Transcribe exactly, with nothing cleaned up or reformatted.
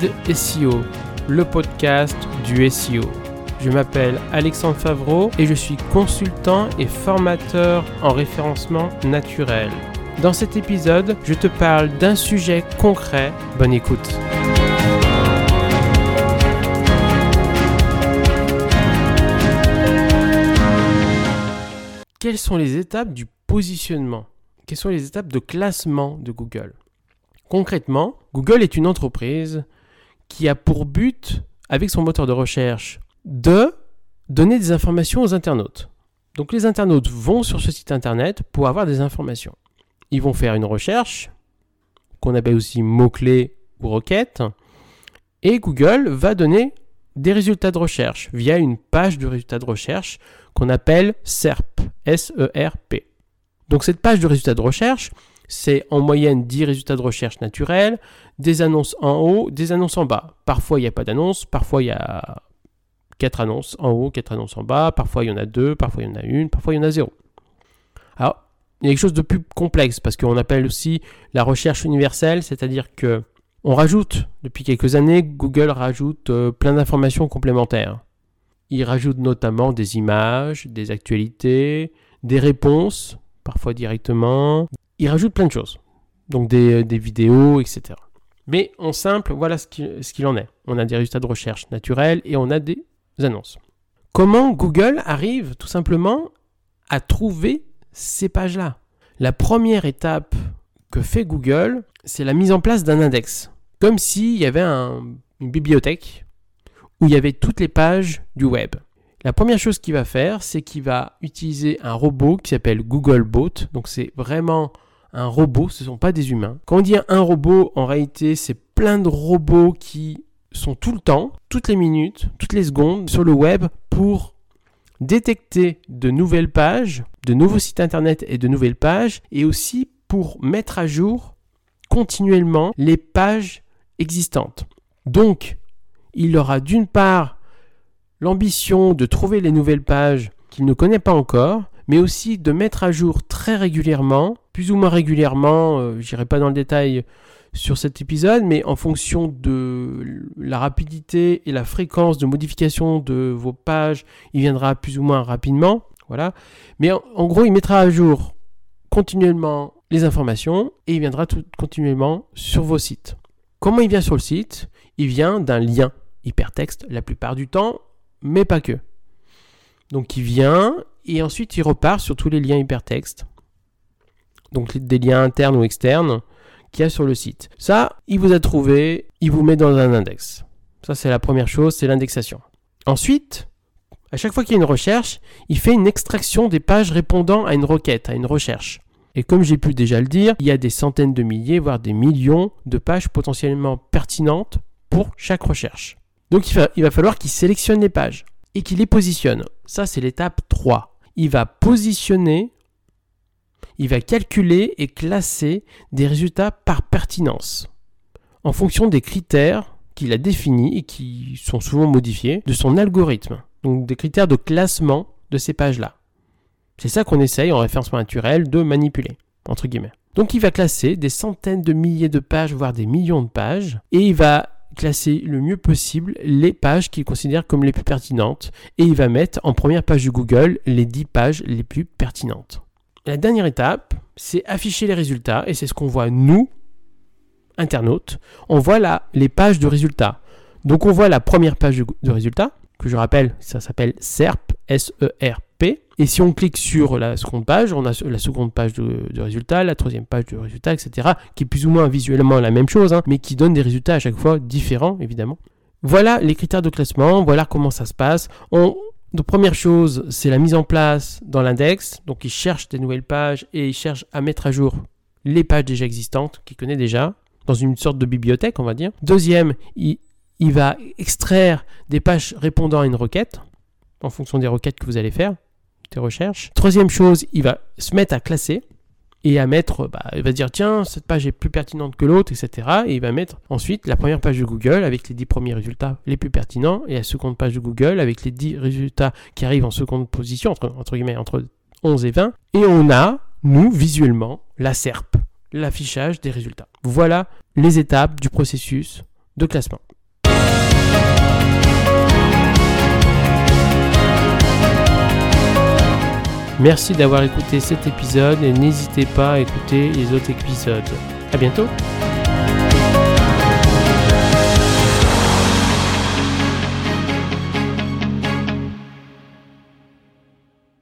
Speed S E O, le podcast du S E O. Je m'appelle Alexandre Favreau et je suis consultant et formateur en référencement naturel. Dans cet épisode, je te parle d'un sujet concret. Bonne écoute. Quelles sont les étapes du positionnement ? Quelles sont les étapes de classement de Google ? Concrètement, Google est une entreprise qui a pour but, avec son moteur de recherche, de donner des informations aux internautes. Donc les internautes vont sur ce site internet pour avoir des informations. Ils vont faire une recherche, qu'on appelle aussi mots-clés ou requêtes, et Google va donner des résultats de recherche via une page de résultats de recherche qu'on appelle S E R P, S E R P. Donc cette page de résultats de recherche, c'est en moyenne dix résultats de recherche naturels, des annonces en haut, des annonces en bas. Parfois il n'y a pas d'annonce, parfois il y a quatre annonces en haut, quatre annonces en bas, parfois il y en a deux, parfois il y en a une, parfois il y en a zéro. Alors, il y a quelque chose de plus complexe parce qu'on appelle aussi la recherche universelle, c'est-à-dire que on rajoute, depuis quelques années, Google rajoute euh, plein d'informations complémentaires. Il rajoute notamment des images, des actualités, des réponses, parfois directement. Il rajoute plein de choses, donc des, des vidéos, et cetera. Mais en simple, voilà ce qu'il, ce qu'il en est. On a des résultats de recherche naturels et on a des annonces. Comment Google arrive tout simplement à trouver ces pages-là ? La première étape que fait Google, c'est la mise en place d'un index. Comme s'il y avait un, une bibliothèque où il y avait toutes les pages du web. La première chose qu'il va faire, c'est qu'il va utiliser un robot qui s'appelle Googlebot. Donc c'est vraiment un robot, ce ne sont pas des humains. Quand on dit un robot, en réalité, c'est plein de robots qui sont tout le temps, toutes les minutes, toutes les secondes sur le web pour détecter de nouvelles pages, de nouveaux sites internet et de nouvelles pages, et aussi pour mettre à jour continuellement les pages existantes. Donc, il aura d'une part l'ambition de trouver les nouvelles pages qu'il ne connaît pas encore, mais aussi de mettre à jour très régulièrement, plus ou moins régulièrement, euh, je n'irai pas dans le détail sur cet épisode, mais en fonction de la rapidité et la fréquence de modification de vos pages, il viendra plus ou moins rapidement. Voilà. Mais en, en gros, il mettra à jour continuellement les informations et il viendra tout, continuellement sur vos sites. Comment il vient sur le site ? Il vient d'un lien hypertexte la plupart du temps, mais pas que. Donc il vient et ensuite il repart sur tous les liens hypertextes. Donc des liens internes ou externes qu'il y a sur le site. Ça, il vous a trouvé, il vous met dans un index. Ça, c'est la première chose, c'est l'indexation. Ensuite, à chaque fois qu'il y a une recherche, il fait une extraction des pages répondant à une requête, à une recherche. Et comme j'ai pu déjà le dire, il y a des centaines de milliers, voire des millions de pages potentiellement pertinentes pour chaque recherche. Donc il va, il va falloir qu'il sélectionne les pages et qu'il les positionne. Ça, c'est l'étape trois. Il va positionner, il va calculer et classer des résultats par pertinence en fonction des critères qu'il a définis et qui sont souvent modifiés de son algorithme. Donc des critères de classement de ces pages-là. C'est ça qu'on essaye en référencement naturel de manipuler, entre guillemets. Donc il va classer des centaines de milliers de pages, voire des millions de pages, et il va classer le mieux possible les pages qu'il considère comme les plus pertinentes, et il va mettre en première page de Google les dix pages les plus pertinentes. La dernière étape, c'est afficher les résultats, et c'est ce qu'on voit nous, internautes. On voit là les pages de résultats. Donc on voit la première page de, de résultats, que je rappelle, ça s'appelle S E R P, S E R P. Et si on clique sur la seconde page, on a la seconde page de, de résultats, la troisième page de résultats, et cetera, qui est plus ou moins visuellement la même chose, hein, mais qui donne des résultats à chaque fois différents, évidemment. Voilà les critères de classement, voilà comment ça se passe. On, de première chose, c'est la mise en place dans l'index. Donc, il cherche des nouvelles pages et il cherche à mettre à jour les pages déjà existantes qu'il connaît déjà, dans une sorte de bibliothèque, on va dire. Deuxième, il, il va extraire des pages répondant à une requête, en fonction des requêtes que vous allez faire. Tes recherches. Troisième chose, il va se mettre à classer et à mettre, bah, il va dire tiens, cette page est plus pertinente que l'autre, et cetera. Et il va mettre ensuite la première page de Google avec les dix premiers résultats les plus pertinents et la seconde page de Google avec les dix résultats qui arrivent en seconde position, entre, entre guillemets, entre onze et vingt. Et on a, nous, visuellement, la S E R P, l'affichage des résultats. Voilà les étapes du processus de classement. Merci d'avoir écouté cet épisode et n'hésitez pas à écouter les autres épisodes. À bientôt!